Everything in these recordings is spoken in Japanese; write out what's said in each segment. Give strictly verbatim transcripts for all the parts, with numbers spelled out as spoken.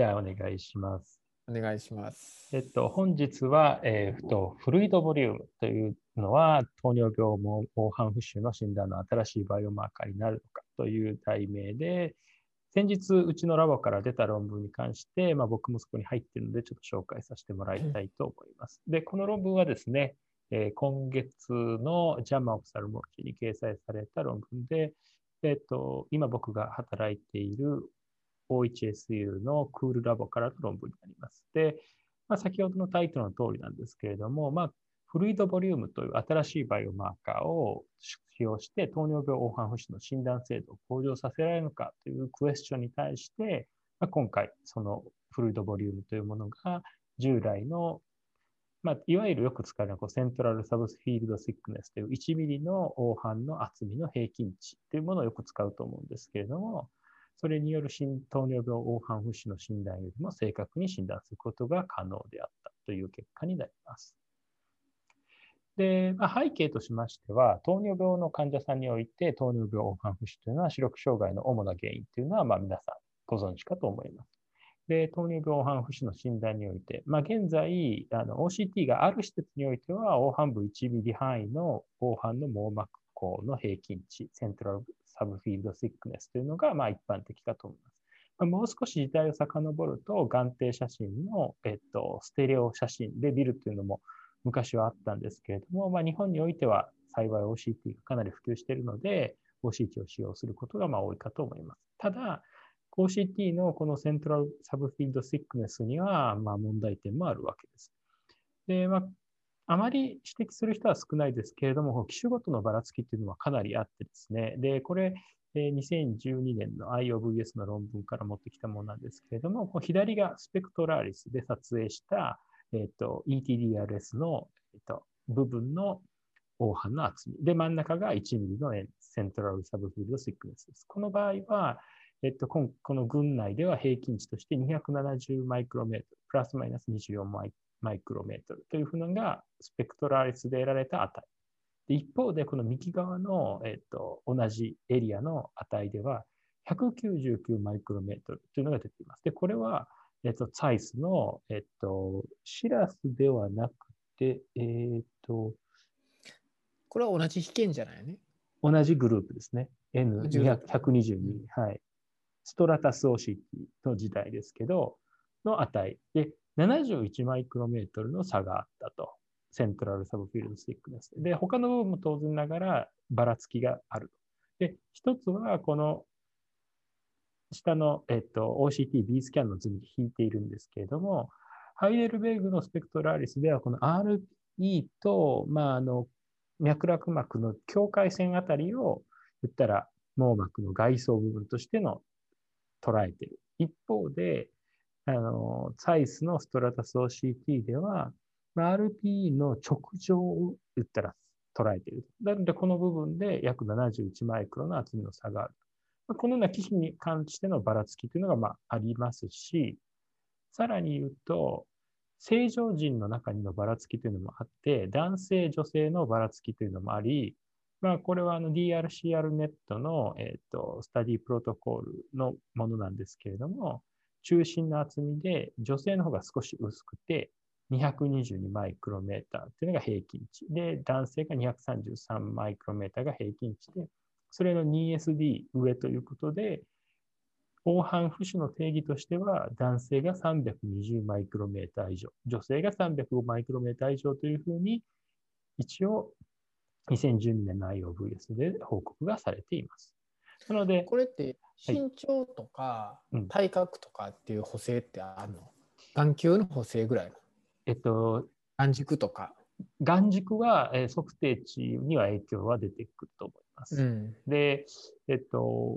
じゃあお願いします。 お願いします。 えっと、本日は、えーと、フルイドボリュームというのは、糖尿病も黄斑浮腫の診断の新しいバイオマーカーになるのかという題名で、先日、うちのラボから出た論文に関して、まあ、僕もそこに入っているので、ちょっと紹介させてもらいたいと思います。で、この論文はですね、えー今月のジャマ・オプサルモロジーに掲載された論文で、えっと、今僕が働いている オーエイチエスユー のクールラボからの論文になります。で、まあ、先ほどのタイトルの通りなんですけれども、まあ、フルイドボリュームという新しいバイオマーカーを使用して糖尿病黄斑浮腫の診断精度を向上させられるのかというクエスチョンに対して、まあ、今回そのフルイドボリュームというものが従来の、まあ、いわゆるよく使われるセントラルサブフィールドシックネスといういちミリの黄斑の厚みの平均値というものをよく使うと思うんですけれども、それによる糖尿病黄斑浮腫の診断よりも正確に診断することが可能であったという結果になります。で、まあ、背景としましては、糖尿病の患者さんにおいて糖尿病黄斑浮腫というのは視力障害の主な原因というのは、まあ、皆さんご存知かと思います。で、糖尿病黄斑浮腫の診断において、まあ、現在あの オーシーティー がある施設においては、黄斑部いちミリ範囲の黄斑の網膜孔の平均値、セントラルサブフィールドシックネスというのがまあ一般的かと思います。まあ、もう少し時代を遡ると、眼底写真の、えっと、ステレオ写真で見るというのも昔はあったんですけれども、まあ、日本においては幸い オーシーティー がかなり普及しているので、オーシーティー を使用することがまあ多いかと思います。ただ、オーシーティー のこのセントラルサブフィールドシックネスにはまあ問題点もあるわけです。で、まあ、あまり指摘する人は少ないですけれども、機種ごとのばらつきというのはかなりあってですね、で、これ、にせんじゅうにねんの アイオーブイエス の論文から持ってきたものなんですけれども、この左がスペクトラリスで撮影した、えっと、イーティーディーアールエス の、えっと、部分の黄斑の厚み。で、真ん中がいちミリのセントラルサブフィールドシックネスです。この場合は、えっと、この群内では平均値としてにひゃくななじゅうマイクロメートル、プラスマイナスにじゅうよんマイマイクロメートルというふうなのがスペクトラリスで得られた値。で一方で、この右側の、えっと、同じエリアの値では、ひゃくきゅうじゅうきゅうマイクロメートルというのが出ています。で、これは、えっと、ツァイスの、えっと、シラスではなくて、えっと、 これは同じ被験じゃないね。 同じグループですね。エヌひゃくにじゅうに、うん、はい。ストラタスオーシーティーの時代ですけど、の値でななじゅういちマイクロメートルの差があったと。セントラルサブフィールドスティックネス。で、他の部分も当然ながらばらつきがある。で、一つはこの下の、えっと、オーシーティービー スキャンの図に引いているんですけれども、ハイデルベルグのスペクトラリスではこの アールピー と、まあ、あの、脈絡膜の境界線あたりを言ったら網膜の外層部分としての捉えている。一方で、あの、サイスのストラタス オーシーティー では、アールピー の直上を言ったら捉えている。なので、この部分で約ななじゅういちマイクロの厚みの差がある。このような機器に関してのばらつきというのがまあありますし、さらに言うと、正常人の中にのばらつきというのもあって、男性、女性のばらつきというのもあり、まあ、これはあの ディーアールシーアール ネットの、えーと、スタディプロトコールのものなんですけれども、中心の厚みで女性の方が少し薄くて、にひゃくにじゅうにマイクロメーターというのが平均値で、男性がにひゃくさんじゅうさんマイクロメーターが平均値で、それの にエスディー 上ということで、黄斑浮腫の定義としては、男性がさんびゃくにじゅうマイクロメーター以上、女性がさんびゃくごマイクロメーター以上というふうに、一応、にせんじゅうにねんの アイオーブイエス で報告がされています。なので、 これって身長とか、 はい、 体格とかっていう補正ってあるの？眼球の補正ぐらいの？ えっと、 眼軸とか。 眼軸は、えー、測定値には影響は出てくると思います。 うん、 で、えっと、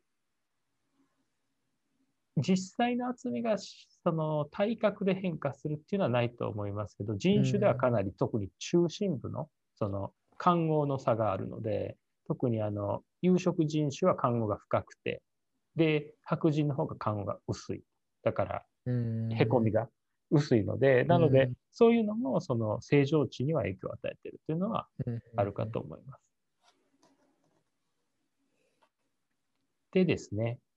実際の厚みがその体格で変化するっていうのはないと思いますけど、人種ではかなり特に中心部のその間黄の差があるので、特にあの有色人種は間黄が深くて、で、白人の方が間黄が薄い。だから、へこみが薄いので、なので、そういうのもその正常値には影響を与えているというのはあるかと思います。でですね、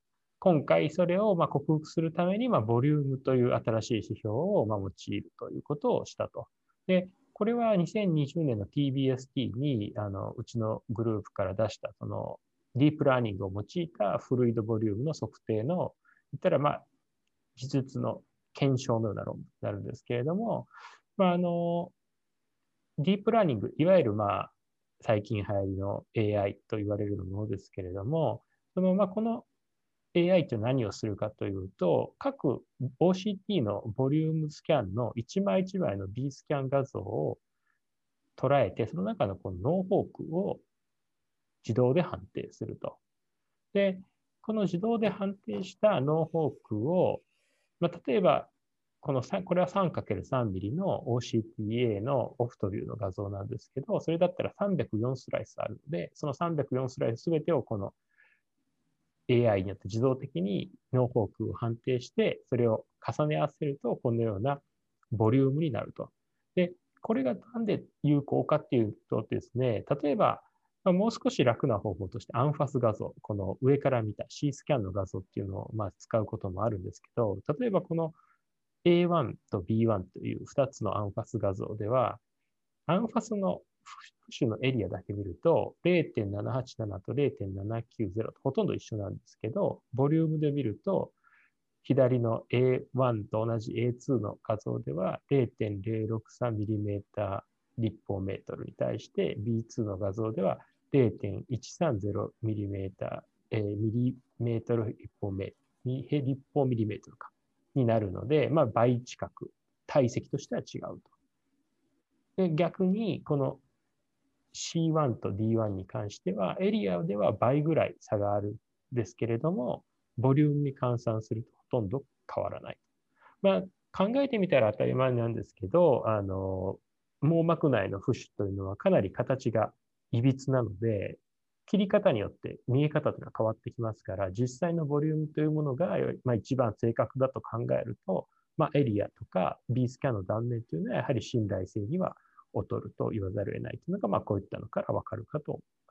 今回それをまあ克服するために、まあ、ボリュームという新しい指標をまあ用いるということをしたと。で、これはにせんにじゅうねんの ティービーエスティー にあのうちのグループから出したそのディープラーニングを用いたフルイドボリュームの測定の、言ったらまあ技術の検証のような論文になるんですけれども、まあ、あのディープラーニング、いわゆるまあ最近流行りの エーアイ と言われるものですけれども、そのまあこの エーアイ と何をするかというと、各 オーシーティー のボリュームスキャンの一枚一枚の B スキャン画像を捉えて、その中のこのノーホークを自動で判定すると。で、この自動で判定したノーホークを、まあ、例えば、このこれは さんかけるさん ミリの オーシーティーエー のオフトビューの画像なんですけど、それだったらさんびゃくよんスライスあるので、そのさんびゃくよんスライスすべてをこの エーアイ によって自動的にノーホークを判定して、それを重ね合わせると、このようなボリュームになると。で、これがなんで有効かっていうとですね、例えば、まあ、もう少し楽な方法としてアンファス画像、この上から見た C スキャンの画像っていうのをまあ使うこともあるんですけど、例えばこの エーワン と ビーワン というふたつのアンファス画像では、アンファスのプ種のエリアだけ見ると ゼロてんななはちなな と ゼロてんななきゅうゼロ とほとんど一緒なんですけど、ボリュームで見ると左の エーワン と同じ エーツー の画像では ゼロてんゼロろくさんミリメーター 立方メートルに対して ビーツー の画像では ゼロてんいちさんゼロミリメーター、えー、ミリメートル立方メートル、立方ミリメートルかになるので、まあ、倍近く体積としては違うと。で、逆にこの シーワン と ディーワン に関しては、エリアでは倍ぐらい差があるんですけれども、ボリュームに換算するとほとんど変わらない。まあ、考えてみたら当たり前なんですけど、あの、網膜内の浮腫というのはかなり形がいびつなので、切り方によって見え方というのは変わってきますから、実際のボリュームというものが、まあ、一番正確だと考えると、まあ、エリアとか B スキャンの断面というのはやはり信頼性には劣ると言わざるを得ないというのが、まあ、こういったのからわかるかと思います。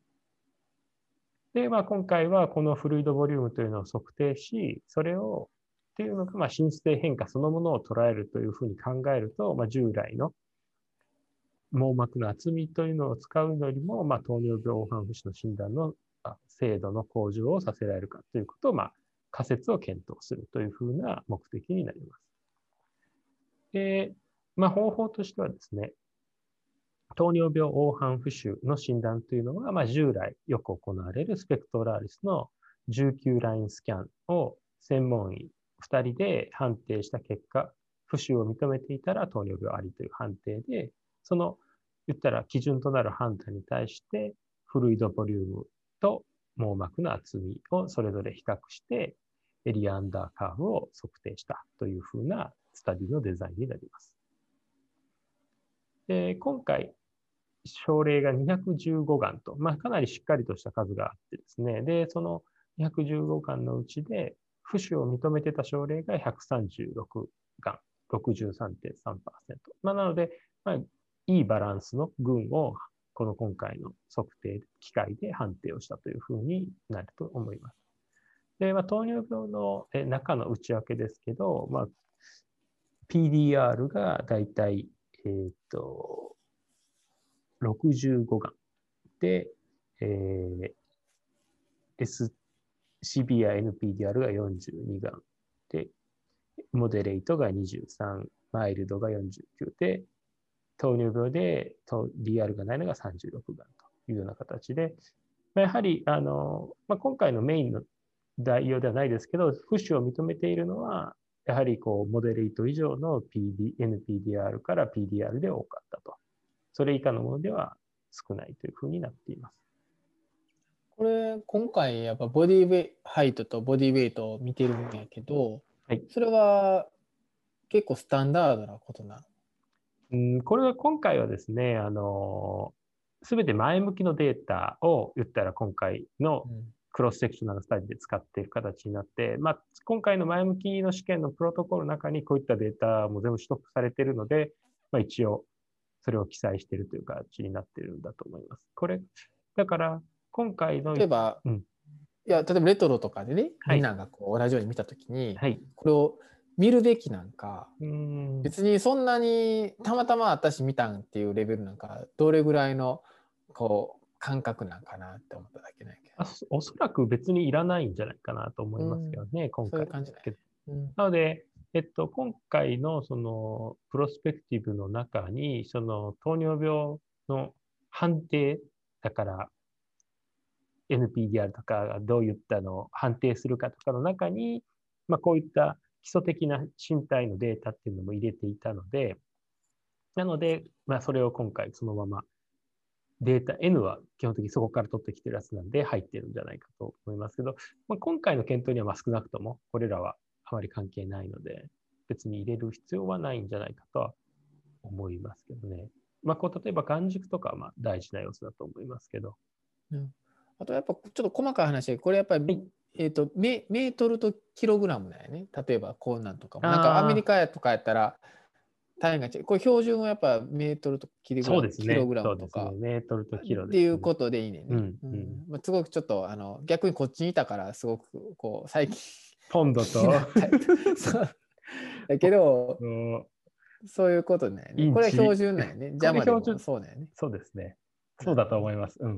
で、まあ、今回はこのフルイドボリュームというのを測定し、それをっていうのが、まあ、心室変化そのものを捉えるというふうに考えると、まあ、従来の網膜の厚みというのを使うよりも、まあ、糖尿病黄斑浮腫の診断の精度の向上をさせられるかということを、まあ、仮説を検討するというふうな目的になります。で、まあ、方法としてはですね、糖尿病黄斑浮腫の診断というのは、まあ、従来よく行われるスペクトラリスのじゅうきゅうラインスキャンを専門医ふたりで判定した結果、浮腫を認めていたら糖尿病ありという判定で、その言ったら基準となる判断に対して、フルイドボリュームと網膜の厚みをそれぞれ比較して、エリアアンダーカーブを測定したというふうなスタディのデザインになります。で、今回、症例がにひゃくじゅうごがんと、まあ、かなりしっかりとした数があってですね、で、そのにひゃくじゅうごがんのうちで、浮腫を認めてた症例がひゃくさんじゅうろくがん、ろくじゅうさんてんさんパーセント。まあ、なので、まあ、いいバランスの群を、この今回の測定機械で判定をしたというふうになると思います。で、まあ、糖尿病の中の内訳ですけど、まあ、ピーディーアール がだいたい、えっと、ろくじゅうごがんで、えー、S、シビア エヌピーディーアール がよんじゅうにがんで、モデレートがにじゅうさん、マイルドがよんじゅうきゅうで、糖尿病で ディーアール がないのがさんじゅうろくがんというような形で、やはりあの、まあ、今回のメインの代用ではないですけど、浮腫を認めているのは、やはりこうモデレート以上の ピーディー、エヌピーディーアール から ピーディーアール で多かったと。それ以下のものでは少ないというふうになっています。 これ今回やっぱボディウェイハイトとボディウェイトを見てるんやけど、 はい、 それは結構スタンダードなことなの？ うん、これは今回はですね、あの、すべて前向きのデータを言ったら今回のクロスセクショナルスタディで使っている形になって、まあ、今回の前向きの試験のプロトコルの中にこういったデータも全部取得されているので、まあ、一応それを記載しているという形になっているんだと思います。これ、だから今回の、 例えば、 うん、 いや、例えばレトロとかでね、 はいみんながこう同じように見たときに、 はい。 これを見るべきなんか、 うーん。 別にそんなにたまたま私見たんっていうレベルなんか、どれぐらいのこう感覚なんかなって思っただけなんやけあそおそらく別にいらないんじゃないかなと思いど。 ますけどね、今そういう回。 感じだよね。うんなので、えっと、今回のそのプロスペクティブの中に、その糖尿病の判定、だから エヌピーディーアール とかがどういったのを判定するかとかの中に、まあ、こういった基礎的な身体のデータっていうのも入れていたので、なので、まあ、それを今回そのままデータ N は基本的にそこから取ってきてるやつなんで入ってるんじゃないかと思いますけど、まあ、今回の検討にはまあ少なくともこれらはあまり関係ないので、別に入れる必要はないんじゃないかとは思いますけどね。まあ、こう例えば眼軸とかはまあ大事な要素だと思いますけど。 うん、あとやっぱちょっと細かい話で、これやっぱり、 はい、 えーと、メ、メートルとキログラムだよね。例えばこんなんとかも。なんかアメリああ、 カとかやったら単位が違う。これ標準はやっぱメートルとキログそうラム、 ですね。 キログラそうですね。 ムとかメートルとキロっていうですね。 ことでいいねんね。 うん、うん。 うんまあ、すごくちょっとあの逆にこっちにいたからすごくこう最近ポンド気になとったそうだけどうんそういうことだよね。 インチ。 これは標準だよね。 こジャマでもれ標準。 そうだよね。 そうですね。そうだなるほどね。 と思います。うん。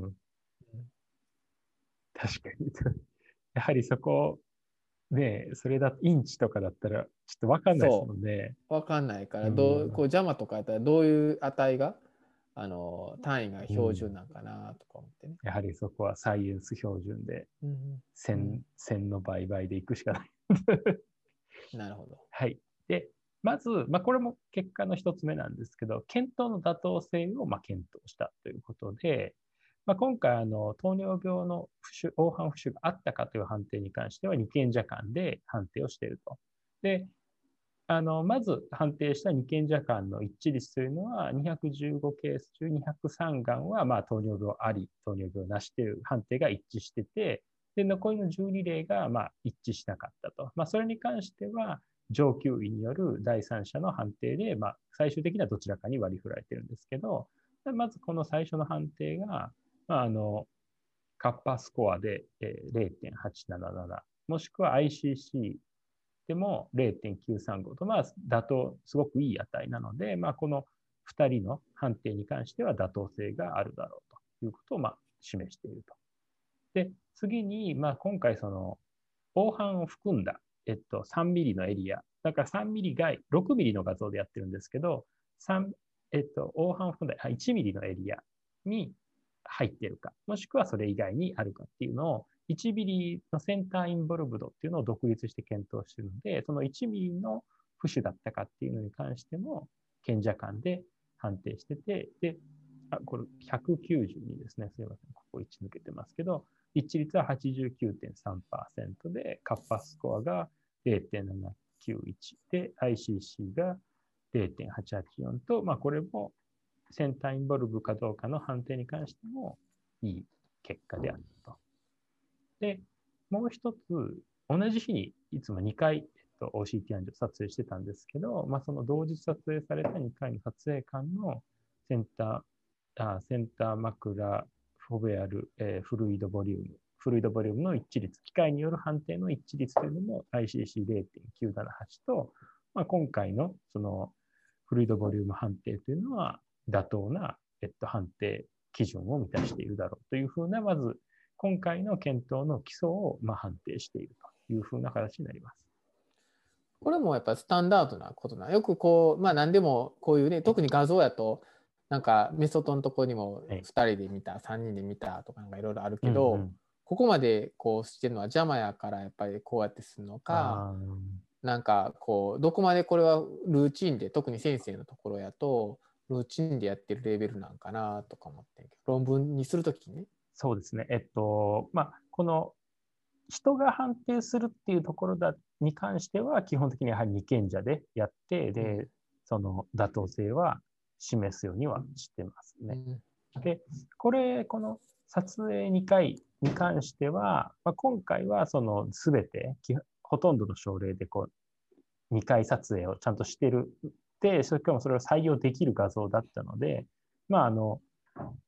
確かに。やはりそこ、ね、それだ、インチとかだったら、ちょっとわかんないですそもんね。 う。わかんないかうら、どう、こん。 う、ジャマとかやったらどういう値が、あの、単位が標うん。 準なんかなとか思ってね。 やはりそこはサイエンス標準で、 うんうん。 線、線の倍々でいくしかない。 なるほど。 はい。で、まず、まあ、これも結果の一つ目なんですけど、検討の妥当性をまあ検討したということで、まあ、今回あの、糖尿病の浮腫、黄斑浮腫があったかという判定に関しては、に賢者間で判定をしていると。で、あのまず判定したに賢者間の一致率というのは、にひゃくじゅうごケース中にひゃくさん癌はまあ糖尿病あり、糖尿病なしという判定が一致してて、で残りのじゅうに例がまあ一致しなかったと。まあ、それに関しては、上級医による第三者の判定で、まあ、最終的にはどちらかに割り振られてるんですけど、まずこの最初の判定が、まあ、あのカッパスコアで れいてんはちなななな、もしくは アイシーシー でも れいてんきゅうさんご と、まあ、妥当、すごくいい値なので、まあ、このふたりの判定に関しては妥当性があるだろうということを、まあ、示していると。で、次に、まあ、今回、その、黄斑を含んだ、えっと、さんミリのエリア、だからさんミリ外、ろくミリの画像でやってるんですけど、さんえっと、黄斑を含んだいちミリのエリアに入っているか、もしくはそれ以外にあるかっていうのを、いちミリのセンターインボルブドっていうのを独立して検討しているので、そのいちミリの浮腫だったかっていうのに関しても、賢者間で判定してて、で、あ、これひゃくきゅうじゅうにですね。すみません。ここいち抜けてますけど、一致率は はちじゅうきゅうてんさんパーセント で、カッパスコアが れいてんななきゅういち で、アイシーシー が れいてんはちはちよん と、まあ、これもセンターインボルブかどうかの判定に関してもいい結果であると。で、もう一つ、同じ日にいつもにかい、えっと、オーシーティー アンジュ撮影してたんですけど、まあ、その同時撮影されたにかいの撮影間のセンター、あセンターマクラフォベアル、えー、フルイドボリューム、フルイドボリュームの一致率、機械による判定の一致率というのも アイシーシーれいてんきゅうななはち と、まあ、今回のそのフルイドボリューム判定というのは妥当な、えっと、判定基準を満たしているだろうというふうな、まず今回の検討の基礎をまあ判定しているというふうな形になります。 これもやっぱスタンダードなことな。よくこう、まあ何でもこういうね、特に画像やと、なんかメソッドのところにもふたりで見た、さんにんで見たとかなんかいろいろあるけど、うんうん、ここまでこうしてるのは邪魔やからやっぱりこうやってするのか、なんかこう、どこまでこれはルーチンで、特に先生のところやと、ルーチンでやってるレベルなんかなとか思ってんけど、論文にするときにね。 そうですね。えっと、まあ、この人が判定するっていうところだに関しては、基本的にやはり二賢者でやって、で、うん、その妥当性は示すようにはしてますね。うん、で、これ、この撮影にかいに関しては、まあ、今回はその全て、ほとんどの症例でこうにかい撮影をちゃんとしてる。で、それからもそれを採用できる画像だったので、まあ、あの、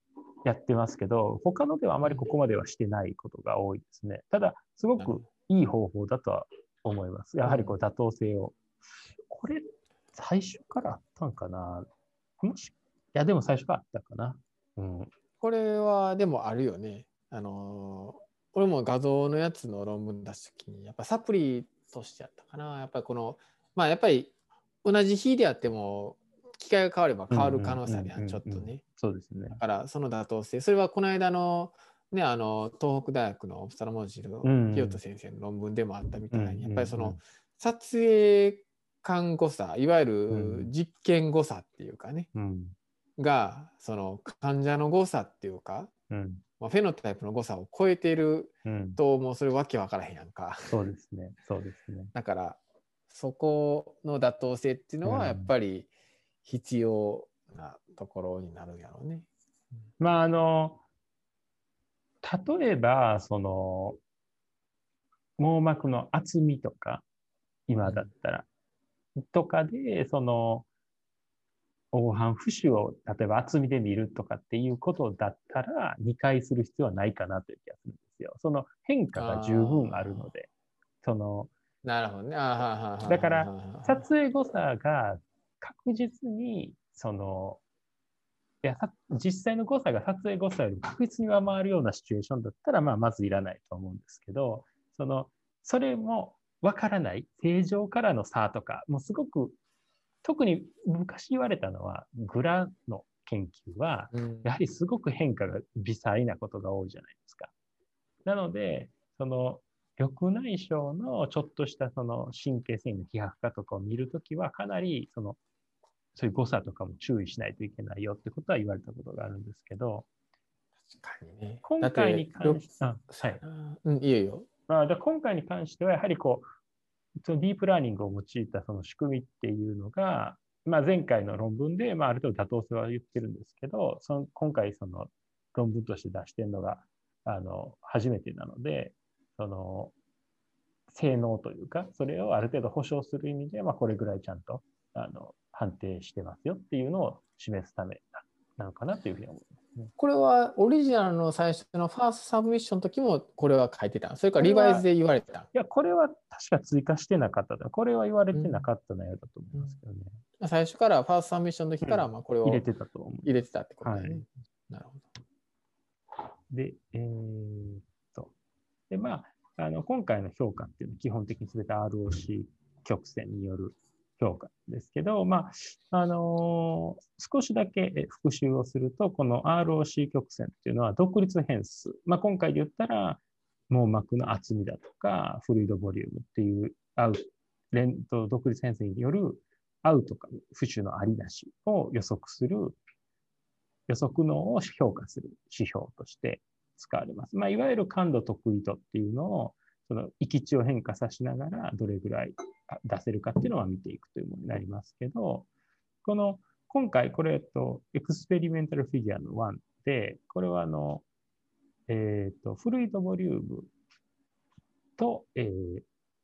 やってますけど、他のではあまりここまではしてないことが多いですね。ただ、すごくいい方法だとは思います。やはりこう妥当性を。これ、最初からあったんかな。もし、いや、でも最初からあったかな。うん、 これはでもあるよね。あのー俺も画像のやつの論文出すときに、やっぱサプリとしてやったかな。やっぱりこの、まあやっぱり同じ日であっても、機械が変われば変わる可能性あるやん、ちょっとね。 そうですね。 だからその妥当性、それはこの間の、ね、あの東北大学のオプサロモジーの清田先生の論文でもあったみたいに、やっぱりその撮影感誤差、いわゆる実験誤差っていうかね、うん、がその患者の誤差っていうか、うんまあ、フェノタイプの誤差を超えていると、もうそれわけわからへんやんか。 そうですね、そうですね。 だからそこの妥当性っていうのはやっぱり必要なところになるんやろうね。 まあ、あの、例えば、その、網膜の厚みとか、今だったら、うん、とかで、その、黄斑浮腫を、例えば厚みで見るとかっていうことだったら、にかいする必要はないかなという気がするんですよ。その変化が十分あるので、その、 なるほどね。 だから、撮影誤差が確実に、その、いや、実際の誤差が撮影誤差より確実に上回るようなシチュエーションだったら、まあ、まずいらないと思うんですけど、その、それも分からない、正常からの差とか、もうすごく、特に昔言われたのは、グラの研究は、やはりすごく変化が微細なことが多いじゃないですか。なので、その、緑内障のちょっとしたその神経繊維の希薄化とかを見るときは、かなりそのそういう誤差とかも注意しないといけないよってことは言われたことがあるんですけど、 確かにね。 今回に関して、はい。 うん、いいよ。 まあ、今回に関しては、やはりこう、そのディープラーニングを用いたその仕組みっていうのが、まあ、前回の論文で、まあ、ある程度妥当性は言ってるんですけど、その今回その論文として出してるのが、あの、初めてなので、その、性能というか、それをある程度保証する意味で、まあ、これぐらいちゃんと、あの、判定してますよっていうのを示すためなのかなというふうに思いますね。 これはオリジナルの最初のファーストサブミッションの時もこれは書いてたそれからリバイズで言われてたいや、これは確か追加してなかった。これは言われてなかった内容だと思いますけどね。 うん、最初からファーストサブミッションの時からまあこれを入れてたと思う。 入れてたってことだよね。はい、なるほど。で、えー、っと。で、まあ、あの今回の評価っていうのは基本的に全て アールオーシー 曲線による評価ですけど、まあ、あのー、少しだけ復習をすると、この アールオーシー 曲線っていうのは独立変数。まあ、今回で言ったら、網膜の厚みだとか、フルイドボリュームっていうアウ連と独立変数によるアウとか浮腫のありなしを予測する予測能を評価する指標として使われます。まあ、いわゆる感度得意度っていうのを、その域値を変化させながらどれぐらい出せるかっていうのは見ていくというものになりますけど、この今回これとエクスペリメンタルフィギュアのいちで、これはあの、えっと、フルイドボリュームと、えー、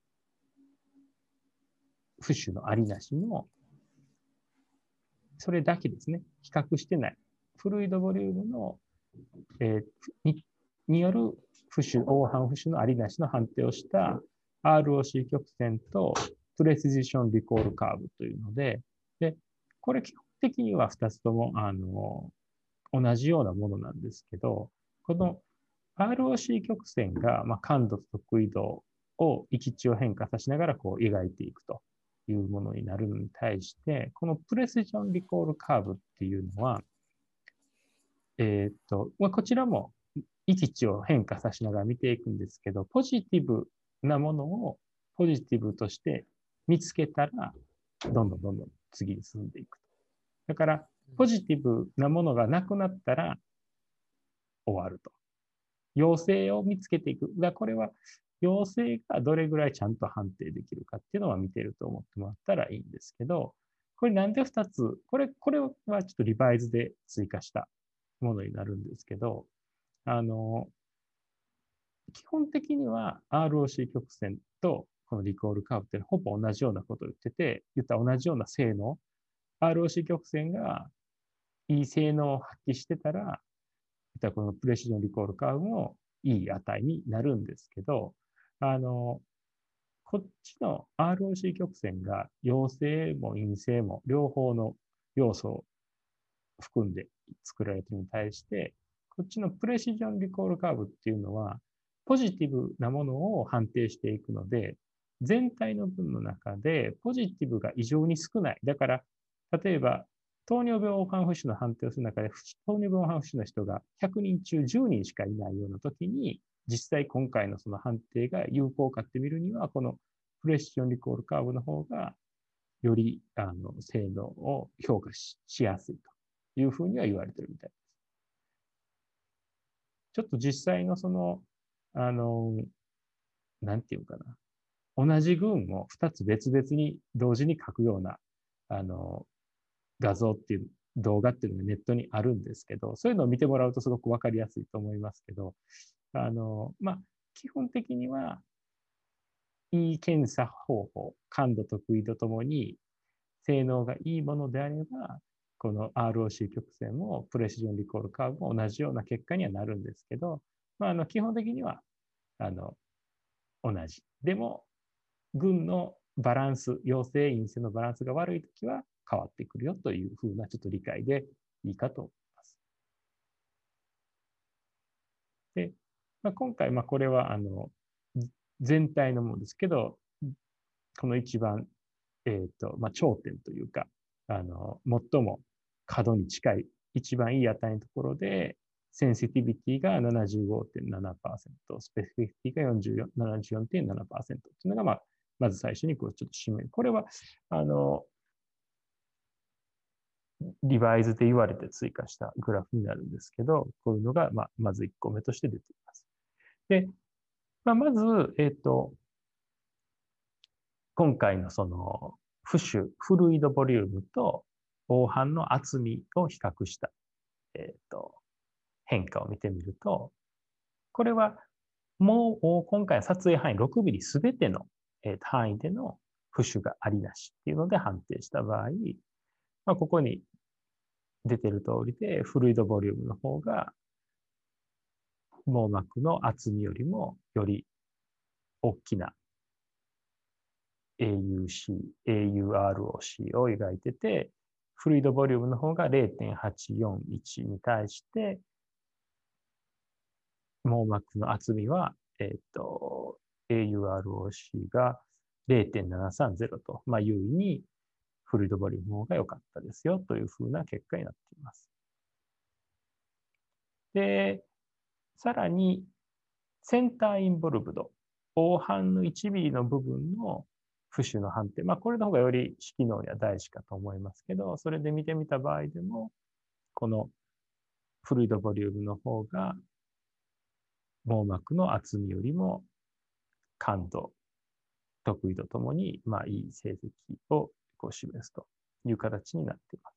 浮腫のありなしの、それだけですね、比較してない。フルイドボリュームの、えー、にによる浮腫、黄斑浮腫のありなしの判定をした アールオーシー 曲線とプレシジションリコールカーブというので、で、これ基本的にはふたつとも、あの、同じようなものなんですけど、この アールオーシー 曲線が、まあ、感度と得意度を域値を変化させながらこう描いていくというものになるのに対して、このプレシジョンリコールカーブっていうのは、えっと、まあ、こちらも域値を変化させながら見ていくんですけど、ポジティブなものをポジティブとして見つけたら、どんどんどんどん次に進んでいく。だから、ポジティブなものがなくなったら終わると。陽性を見つけていく。だからこれは、陽性がどれぐらいちゃんと判定できるかっていうのは見てると思ってもらったらいいんですけど、これなんでふたつ、これ、これはちょっとリバイズで追加したものになるんですけど、あの、基本的には アールオーシー 曲線とこのリコールカーブってほぼ同じようなことを言ってて、言ったら同じような性能、アールオーシー 曲線がいい性能を発揮してたら、 ったこのプレシジョンリコールカーブもいい値になるんですけど、あの、こっちの アールオーシー 曲線が陽性も陰性も両方の要素を含んで作られているに対して、こっちのプレシジョンリコールカーブっていうのは、ポジティブなものを判定していくので、全体の分の中でポジティブが異常に少ない。だから、例えば、糖尿病黄斑浮腫の判定をする中で、糖尿病黄斑浮腫の人がひゃくにん中じゅうにんしかいないような時に、実際今回のその判定が有効かって見るには、このプレシジョンリコールカーブの方が、よりあの性能を評価 し, しやすいというふうには言われているみたいです。ちょっと実際のその、あの、なんていうかな。同じ群をふたつ別々に同時に書くような、あの、画像っていう動画っていうのがネットにあるんですけど、そういうのを見てもらうとすごくわかりやすいと思いますけど、あの、まあ、基本的には、いい検査方法、感度、得意度ともに、性能がいいものであれば、この アールオーシー 曲線もプレシジョンリコールカーブも同じような結果にはなるんですけど、まあ、あの基本的にはあの同じ。でも、群のバランス、陽性、陰性のバランスが悪いときは変わってくるよというふうなちょっと理解でいいかと思います。で、まあ、今回、まあ、これはあの全体のものですけど、この一番、えっと、まあ、頂点というか、あの、最も角に近い、一番いい値のところで、センシティビティが ななじゅうごてんななパーセント、スペシフィティが ななじゅうよんてんななパーセント というのが、まあ、まず最初にこうちょっと締める。これは、あの、リバイズで言われて追加したグラフになるんですけど、こういうのが、まあ、まずいっこめとして出ています。で、まあ、まず、えっと、今回のその、フッシュ、フルイドボリュームと黄斑の厚みを比較した、えっと、変化を見てみると、これはもう今回撮影範囲ろくミリすべての範囲でのフッシュがありなしっていうので判定した場合、まあ、ここに出てる通りで、フルイドボリュームの方が網膜の厚みよりもより大きな エーユーシー、エーユーアールオーシー を描いてて、フルイドボリュームの方が れいてんはちよんいち に対して、網膜の厚みは、えっと、エーユーアールオーシー が れいてんななさんゼロ と、まあ、優位にフルイドボリュームの方が良かったですよというふうな結果になっています。で、さらに、センターインボルブド、黄斑のいちミリの部分の浮腫の判定、まあ、これの方がより色能には大事かと思いますけど、それで見てみた場合でも、このフルイドボリュームの方が網膜の厚みよりも感度、得意度ともに、まあ、いい成績をこう示すという形になっています。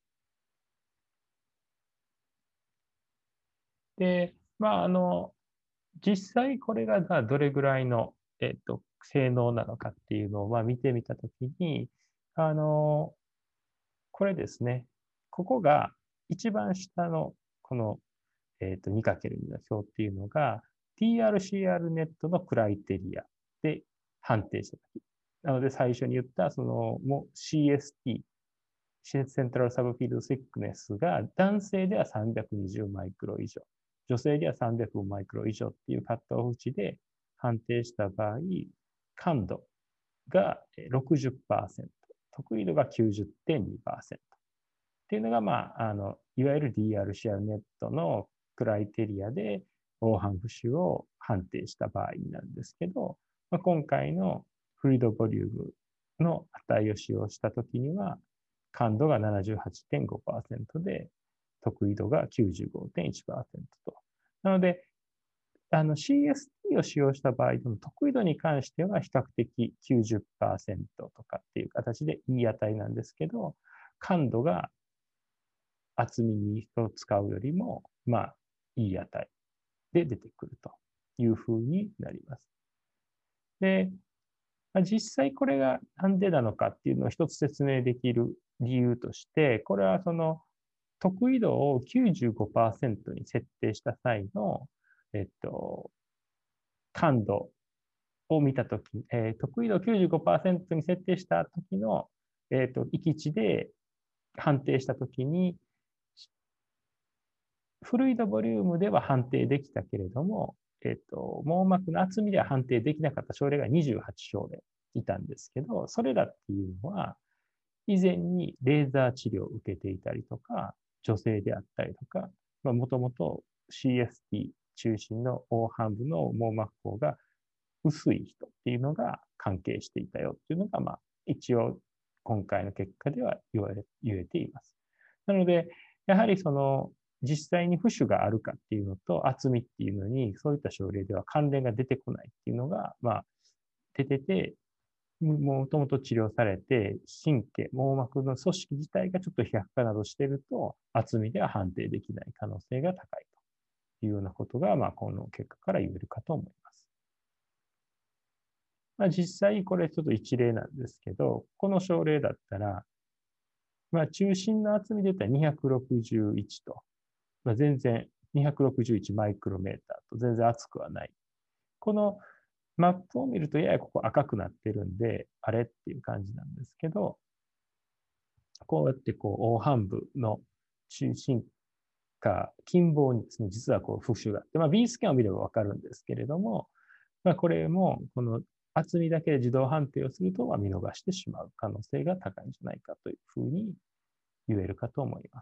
で、まあ、あの、実際これがどれぐらいの、えっと、性能なのかっていうのをまあ見てみたときに、あの、これですね、ここが一番下のこの、えっと、にかけるに の表っていうのが ティーアールシーアール ネットのクライテリアで判定したとき。なので最初に言ったそのも シーエスティー、シセントラルサブフィールドセックネスが男性ではさんびゃくにじゅうマイクロ以上、女性ではさんびゃくマイクロ以上っていうカットオフ値で判定した場合、感度が ろくじゅっパーセント、得意度が きゅうじゅってんにパーセント っていうのが、まあ、あのいわゆる ディーアールシーアール ネットのクライテリアで黄斑浮腫を判定した場合になるんですけど、まあ、今回のフルイドボリュームの値を使用したときには、感度が ななじゅうはちてんごパーセント で、得意度が きゅうじゅうごてんいちパーセント と。なので、あの シーエスティー を使用した場合でも、得意度に関しては比較的 きゅうじゅっパーセント とかっていう形でいい値なんですけど、感度が厚みを使うよりも、まあ、いい値で出てくるというふうになります。で、実際これがなんでなのかっていうのを一つ説明できる理由として、これはその得意度を きゅうじゅうごパーセント に設定した際の、えっと、感度を見たとき、えー、得意度を きゅうじゅうごパーセント に設定したときの、えっと、域値で判定したときに、フルイドボリュームでは判定できたけれども、えっと、網膜の厚みでは判定できなかった症例がにじゅうはち症例いたんですけど、それらっていうのは、以前にレーザー治療を受けていたりとか、女性であったりとか、もともと シーエスティー 中心の黄斑部の網膜孔が薄い人っていうのが関係していたよっていうのが、まあ、一応今回の結果では言われ、言えています。なので、やはりその実際に浮腫があるかっていうのと厚みっていうのに、そういった症例では関連が出てこないっていうのが、まあ、出てて、もともと治療されて、神経、網膜の組織自体がちょっと非白化などしていると、厚みでは判定できない可能性が高いというようなことが、まあ、この結果から言えるかと思います。まあ、実際、これちょっと一例なんですけど、この症例だったら、まあ、中心の厚みで言ったらにひゃくろくじゅういちと、まあ、全然にひゃくろくじゅういちマイクロメーターと全然厚くはない。このマップを見るとややここ赤くなってるんで、あれっていう感じなんですけど、こうやってこう、黄斑部の中心か、近傍にですね、実はこう、浮腫があって、まあ、ビー スキャンを見ればわかるんですけれども、まあ、これも、この厚みだけで自動判定をすると、見逃してしまう可能性が高いんじゃないかというふうに言えるかと思います。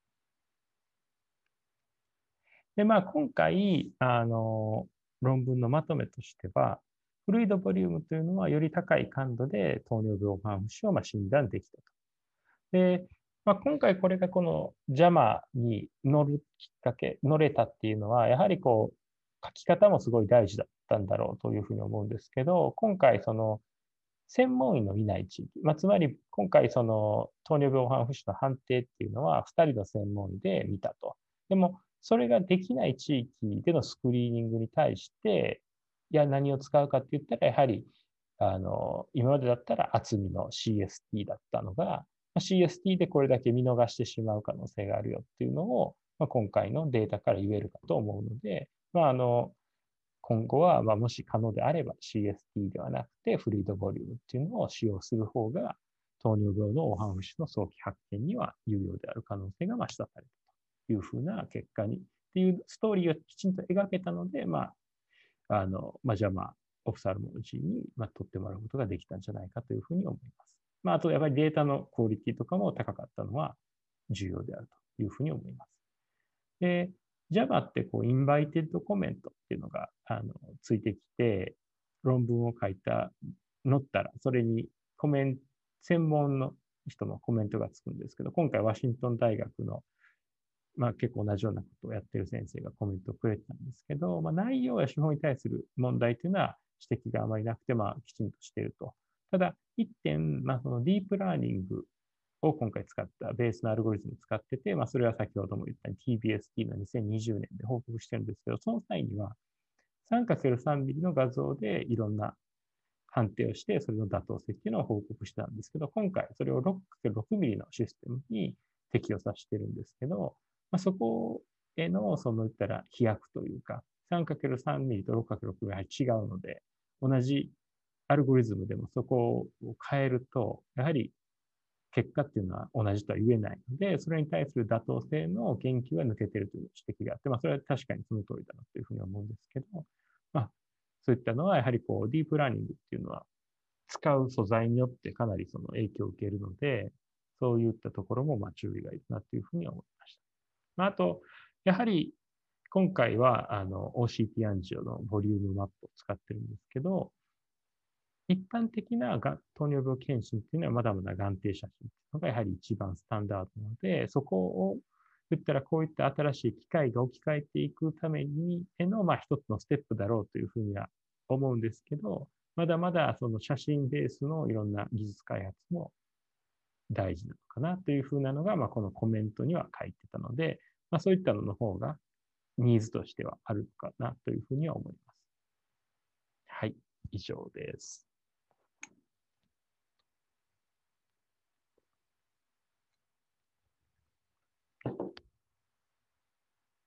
で、まあ、今回、あの、論文のまとめとしては、フルイドボリュームというのは、より高い感度で糖尿病斑浮腫を診断できたと。で、まあ、今回これがこの ジャマ に乗るきっかけ、乗れたっていうのは、やはりこう、書き方もすごい大事だったんだろうというふうに思うんですけど、今回その、専門医のいない地域、まあ、つまり今回その糖尿病斑浮腫の判定っていうのはふたりの専門医で見たと。でも、それができない地域でのスクリーニングに対して、いや、何を使うかって言ったら、やはり、あの、今までだったら厚みの シーエスティー だったのが、シーエスティー でこれだけ見逃してしまう可能性があるよっていうのを、まあ、今回のデータから言えるかと思うので、まあ、あの、今後は、まあ、もし可能であれば シーエスティー ではなくてフルイドボリュームっていうのを使用する方が、糖尿病の黄斑浮腫の早期発見には有用である可能性が示唆されたというふうな結果に、っていうストーリーをきちんと描けたので、まあ、あの、まあ、じゃあまあ、オプサルモロジーに、まあ、取ってもらうことができたんじゃないかというふうに思います。まあ、あと、やっぱりデータのクオリティとかも高かったのは重要であるというふうに思います。で、Java ってこう、インバイテッドコメントっていうのが、あの、ついてきて、論文を書いた、載ったら、それにコメント、専門の人のコメントがつくんですけど、今回ワシントン大学の、まあ結構同じようなことをやってる先生がコメントをくれてたんですけど、まあ内容や手法に対する問題というのは指摘があまりなくて、まあきちんとしていると。ただ、一点、まあそのディープラーニングを今回使ったベースのアルゴリズムを使ってて、まあ、それは先ほども言った ティービーエスティー のにせんにじゅうねんで報告してるんですけど、その際には さんかけるさん ミリの画像でいろんな判定をして、それの妥当性っていうのを報告したんですけど、今回それを ろくかけるろく ミリのシステムに適用させてるんですけど、まあ、そこへの、その言ったら飛躍というか、さんかけるさん ミリと ろくかけるろく が違うので、同じアルゴリズムでもそこを変えると、やはり結果っていうのは同じとは言えないので、それに対する妥当性の研究が抜けているという指摘があって、まあ、それは確かにその通りだなというふうに思うんですけど、まあ、そういったのは、やはりこう、ディープラーニングっていうのは、使う素材によってかなりその影響を受けるので、そういったところもまあ注意がいるなというふうに思いました。まあ、あと、やはり今回はあの オーシーティー アンジオのボリュームマップを使ってるんですけど、一般的なが糖尿病検診っていうのはまだまだ眼底写真っていうのがやはり一番スタンダードなので、そこを言ったらこういった新しい機械が置き換えていくためにへのまあ一つのステップだろうというふうには思うんですけど、まだまだその写真ベースのいろんな技術開発も大事なのかなというふうなのが、まあ、このコメントには書いてたので、まあ、そういったのの方がニーズとしてはあるのかなというふうには思います。はい、以上です。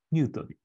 ミュートに。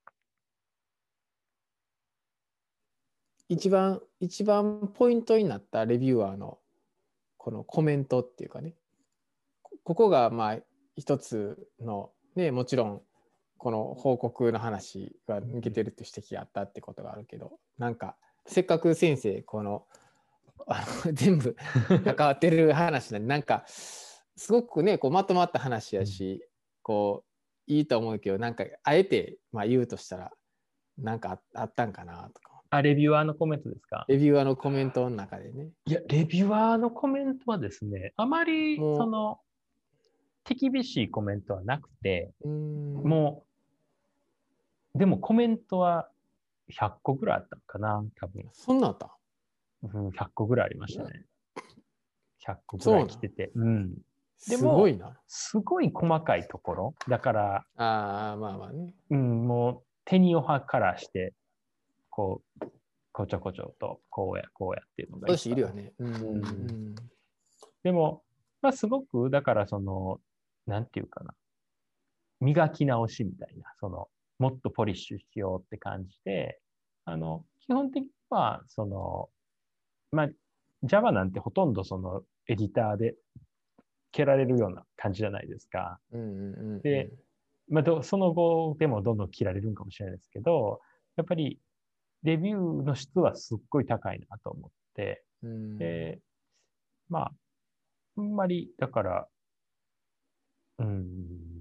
一番、一番ポイントになったレビュアーのこのコメントっていうかね、ここがまあ一つのね、もちろんこの報告の話が抜けてるって指摘があったってことがあるけど、なんかせっかく先生このあの全部関わってる話なんで、なんかすごくねこうまとまった話やし、こういいと思うけど、なんかあえてまあ言うとしたらなんか あ, あったんかなとか。 あ、レビュアーのコメントですか？ レビュアーのコメントの中でね。 いや、レビュアーのコメントはですね、あまりもうその手厳しいコメントはなくて、 うーんもう、でもコメントはひゃっこぐらいあったのかな、多分。 そんなんあった？ うん、ひゃっこぐらいありましたね。ひゃっこぐらそうなんい来てて。うん。ですも、 ごいな。 すごい細かいところ。だから、 ああ、まあまあね。 うん、もう手におはからして、こう、こちょこちょと、こうや、こうやっていうのがそういういっぱい人いるよね。うん。 うんうんでも、まあ、すごく、だからその、なんていうかな、磨き直しみたいな、その、もっとポリッシュしようって感じで、あの、基本的には、その、まあ、Java なんてほとんどその、エディターで蹴られるような感じじゃないですか。 うんうんうんうん。 で、まあ、どその後でもどんどん切られるんかもしれないですけど、やっぱりレビューの質はすっごい高いなと思って、 うん、 で、まあ、あんまり、だから、うん、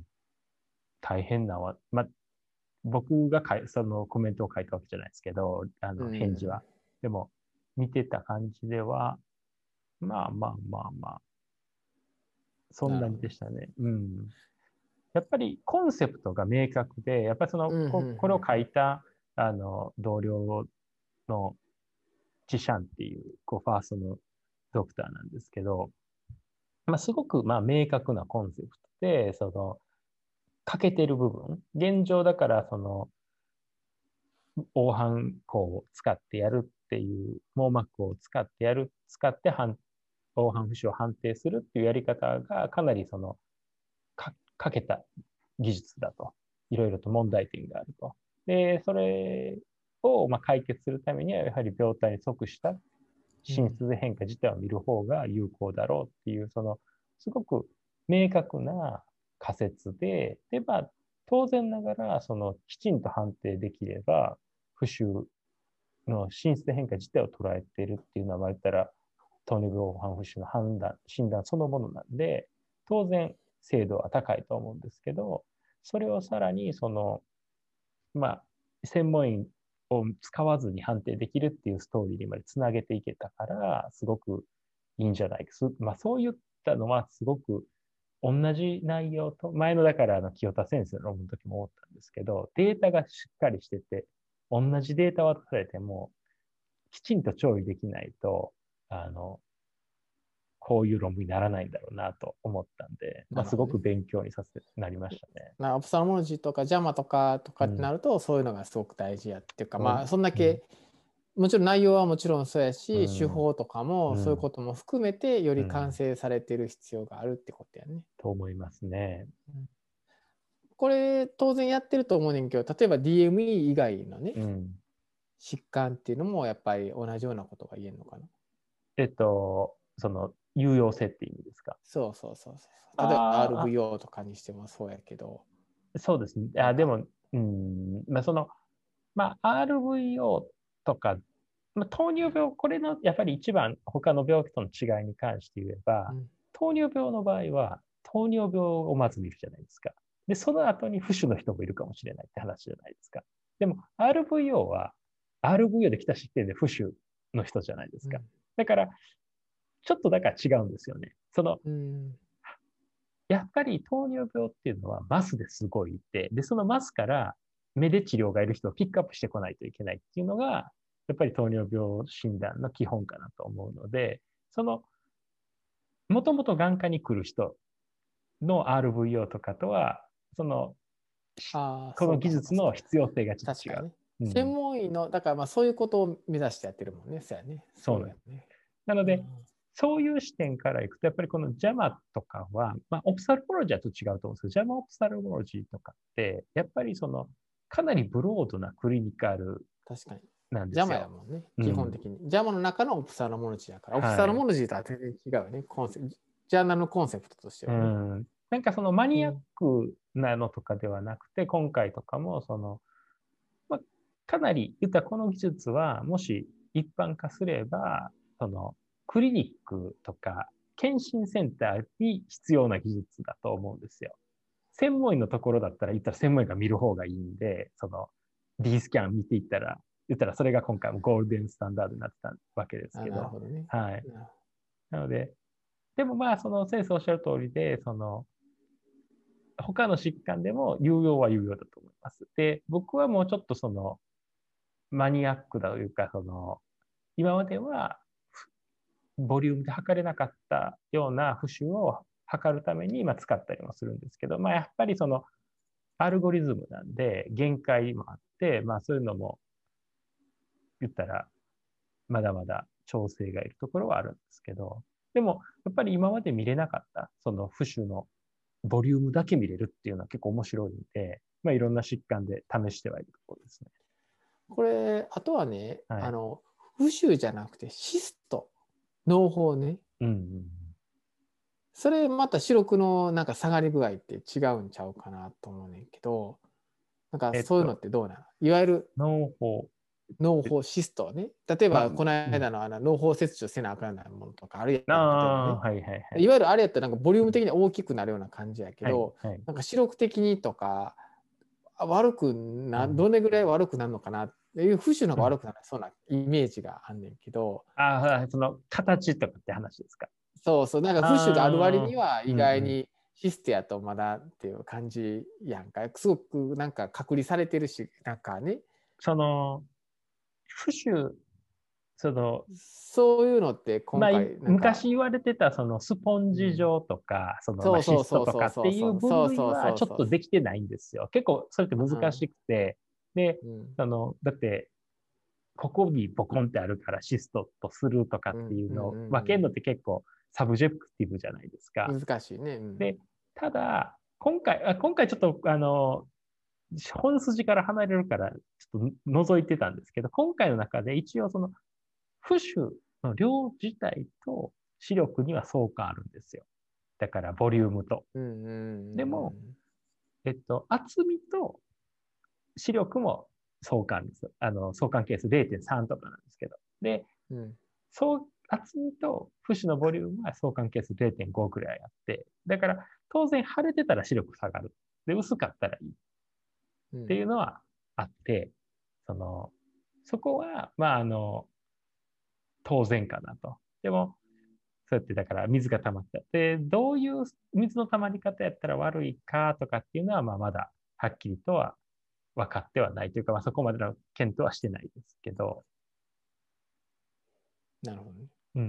大変なわ、まあ、僕がかいそのコメントを書いたわけじゃないですけど、あの、返事は。でも、見てた感じでは、まあまあまあまあ、そんなにでしたね。うん。やっぱりコンセプトが明確で、やっぱりその、こ、これを書いた、あの、同僚のチシャンっていう、こう、ファーストのドクターなんですけど、まあ、すごく、まあ、明確なコンセプトで、その、欠けてる部分、現状だから、その、黄斑項を使ってやるっていう、網膜を使ってやる、使って黄斑不腫を判定するっていうやり方が、かなりその、か、かけた技術だと。いろいろと問題点があると。で、それをまあ解決するためには、やはり病態に即した心室で変化自体を見る方が有効だろうっていう、その、すごく明確な仮説で、で、まあ、当然ながら、その、きちんと判定できれば、浮腫の心室で変化自体を捉えているっていうのは、まあ言ったら、糖尿病黄斑浮腫の判断、診断そのものなんで、当然、精度は高いと思うんですけど、それをさらに、その、まあ、専門医を使わずに判定できるっていうストーリーにまでつなげていけたから、すごくいいんじゃないか。まあ、そういったのは、すごく同じ内容と、前のだからあの清田先生の論文の時も思ったんですけど、データがしっかりしてて、同じデータを渡されても、きちんと調理できないと、あの、こういう論文にならないんだろうなと思ったんで、まあ、すごく勉強にさせてなりましたね。 なオプサルモロジーとかジャマとかとかってなると、そういうのがすごく大事やっていうか、まあそんだけ、もちろん内容はもちろんそうやし、手法とかもそういうことも含めてより完成されてる必要があるってことやね。 と思いますね。 これ当然やってると思うねんけど、例えば ディーエムイー 以外のね、疾患っていうのもやっぱり同じようなことが言えるのかな。 えっと、その有用性って意味ですか？ そうそうそうそう。例えば アールブイオー とかにしてもそうやけど。 そうですね。あ、でも、うん、まあその、まあ アールブイオー とか、まあ、糖尿病、これのやっぱり一番他の病気との違いに関して言えば、うん、糖尿病の場合は糖尿病をまず見るじゃないですか。で、その後に浮腫の人もいるかもしれないって話じゃないですか。でも アールブイオー は アールブイオー で来た時点で浮腫の人じゃないですか。うん、だから、ちょっとだから違うんですよね。その、うん、やっぱり糖尿病っていうのはマスですごいいて、で、そのマスから目で治療がいる人をピックアップしてこないといけないっていうのが、やっぱり糖尿病診断の基本かなと思うので、その、もともと眼科に来る人の アールブイオー とかとは、その、この技術の必要性がちょっと違う。 ねうん、専門医の、だからまあそういうことを目指してやってるもんね、そうやね。 そうなんです。なので、 そういう視点からいくと、やっぱりこの ジャマ とかは、まあ、オプサルモロジーはと違うと思うんですけど、ジャマ オプサルモロジーとかって、やっぱりその、かなりブロードなクリニカル確かに。 なんですよ。 ジャマやもんね、 うん、 基本的に。ジャマの中のオプサルモロジーやから、 はい、 オプサルモロジーとは全然違うよね、コンセプト。ジャーナルのコンセプトとしてはね。 うん。なんかそのマニアックなのとかではなくて、うん、今回とかも、その、まあ、かなり言ったこの技術は、もし一般化すれば、その、クリニックとか、検診センターに必要な技術だと思うんですよ。専門医のところだったら、言ったら専門医が見る方がいいんで、その D スキャン見ていったら、言ったらそれが今回もゴールデンスタンダードになってたわけですけど。 なるほどね。 はい。なので、でもまあ、その先生おっしゃる通りで、その、他の疾患でも有用は有用だと思います。で、僕はもうちょっとその、マニアックだというか、その、今までは、ボリュームで測れなかったような浮腫を測るために今使ったりもするんですけど、まあ、やっぱりその、アルゴリズムなんで、限界もあって、まあ、そういうのも、言ったら、まだまだ調整がいるところはあるんですけど、でも、やっぱり今まで見れなかった、その浮腫のボリュームだけ見れるっていうのは結構面白いんで、まあ、いろんな疾患で試してはいるところですね。 これ、あとはね、 はい、 あの、浮腫じゃなくてシスト、嚢胞ね。 うんうん、 それまた視力のなんか下がり具合って違うんちゃうかなと思うねんけど、なんかそういうのってどうなの、えっと、いわゆる嚢胞。 嚢胞シストね。例えば、この間のあの嚢胞切除せなあかんないものとかあるやん、例えばね。はいはいはい、いわゆるあれやったらなんかボリューム的に大きくなるような感じやけど、はいはい、なんか視力的にとか、悪くな、どれぐらい悪くなるのかなっていう、浮腫の方が悪くなるそうなイメージがあんねんけど。 うん、ああ、その形とかって話ですか。 そうそう、なんか浮腫がある割には意外にシステやとまだっていう感じやんか。すごくなんか隔離されてるし、なんかね。 その、浮腫、その、 そういうのって今回まあ、昔言われてたそのスポンジ状とか、うん、そのまあシストとかっていう分類はちょっとできてないんですよ。結構それって難しくて、うん、で、うん、あのだってここにボコンってあるからシストとするとかっていうのを分けるのって結構サブジェクティブじゃないですか。 難しいね。うん、 で、ただ今回あ今回ちょっとあの本筋から離れるからちょっと覗いてたんですけど、今回の中で一応その浮腫の量自体と視力には相関あるんですよ。だからボリュームと。でも、えっと、厚みと視力も相関です。あの相関係数 れいてんさん とかなんですけど。で、うん、そう厚みと浮腫のボリュームは相関係数 れいてんご くらいあって、だから当然腫れてたら視力下がる。で、薄かったらいい。っていうのはあって、その、そこは、まあ、あの、当然かなと。でも、そうやってだから水が溜まった。で、どういう水の溜まり方やったら悪いかとかっていうのは、まあまだはっきりとは分かってはないというか、まあそこまでの検討はしてないですけど。 なるほどね。 うん。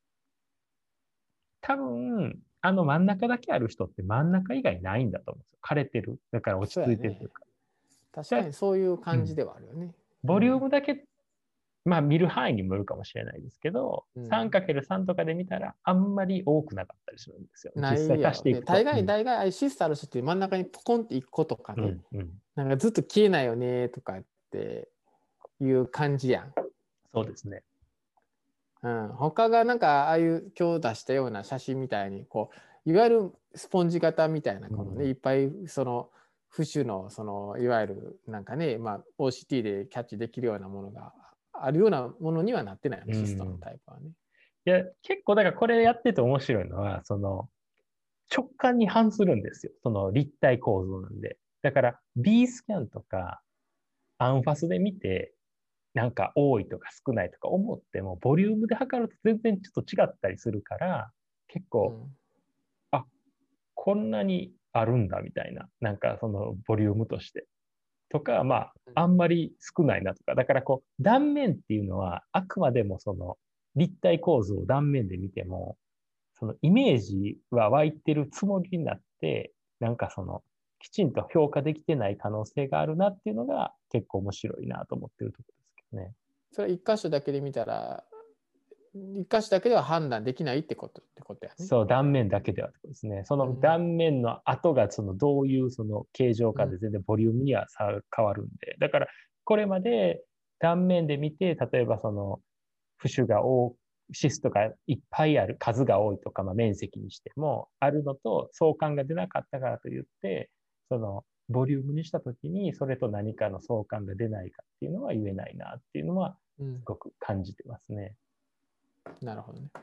多分、あの真ん中だけある人って真ん中以外ないんだと思うんですよ。枯れてる。だから落ち着いてるというか。 確かにそういう感じではあるよね。うん、 ボリュームだけ、まあ見る範囲にもよるかもしれないですけど、うん、さんかけるさん とかで見たらあんまり多くなかったりするんですよ。 実際足していくと。大概、大概、あれシスタルして真ん中にポコンっていく個とかね、うんうん、なんかずっと消えないよねとかっていう感じやん。 そうですね。 うん、他がなんかああいう今日出したような写真みたいにこういわゆるスポンジ型みたいなこのね、うん、いっぱいその浮腫のそのいわゆるなんかね、まあ、オーシーティー でキャッチできるようなものがあるようなものにはなってないよね、シストのタイプはね。 いや結構だからこれやってて面白いのはその直感に反するんですよ。その立体構造なんで。だから B スキャンとかアンファスで見てなんか多いとか少ないとか思ってもボリュームで測ると全然ちょっと違ったりするから結構、うん、あこんなにあるんだみたいななんかそのボリュームとしてとかまああんまり少ないなとかだからこう断面っていうのはあくまでもその立体構造を断面で見てもそのイメージは湧いてるつもりになってなんかそのきちんと評価できてない可能性があるなっていうのが結構面白いなと思ってるところですけどね。 それ一箇所だけで見たら一箇所だけでは判断できないってことってことやね。 そう、断面だけではってことですね。その断面の跡がそのどういうその形状かで全然ボリュームには差が変わるんで、だからこれまで断面で見て、例えばその浮腫が多シストがいっぱいある、数が多いとか、まあ、面積にしてもあるのと相関が出なかったからといって、そのボリュームにしたときにそれと何かの相関が出ないかっていうのは言えないなっていうのはすごく感じてますね。 うん、なるほどね。 うん、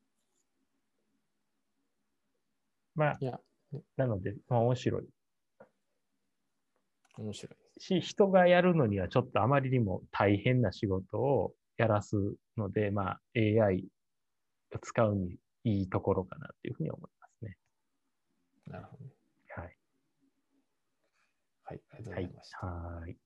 まあ、いやなので、まあ、面白い。 面白い。 し、人がやるのにはちょっとあまりにも大変な仕事をやらすので、まあ、エーアイ を使うにいいところかなっていうふうに思いますね。 なるほどね。 はい。 はい、ありがとうございました。 はい。はい。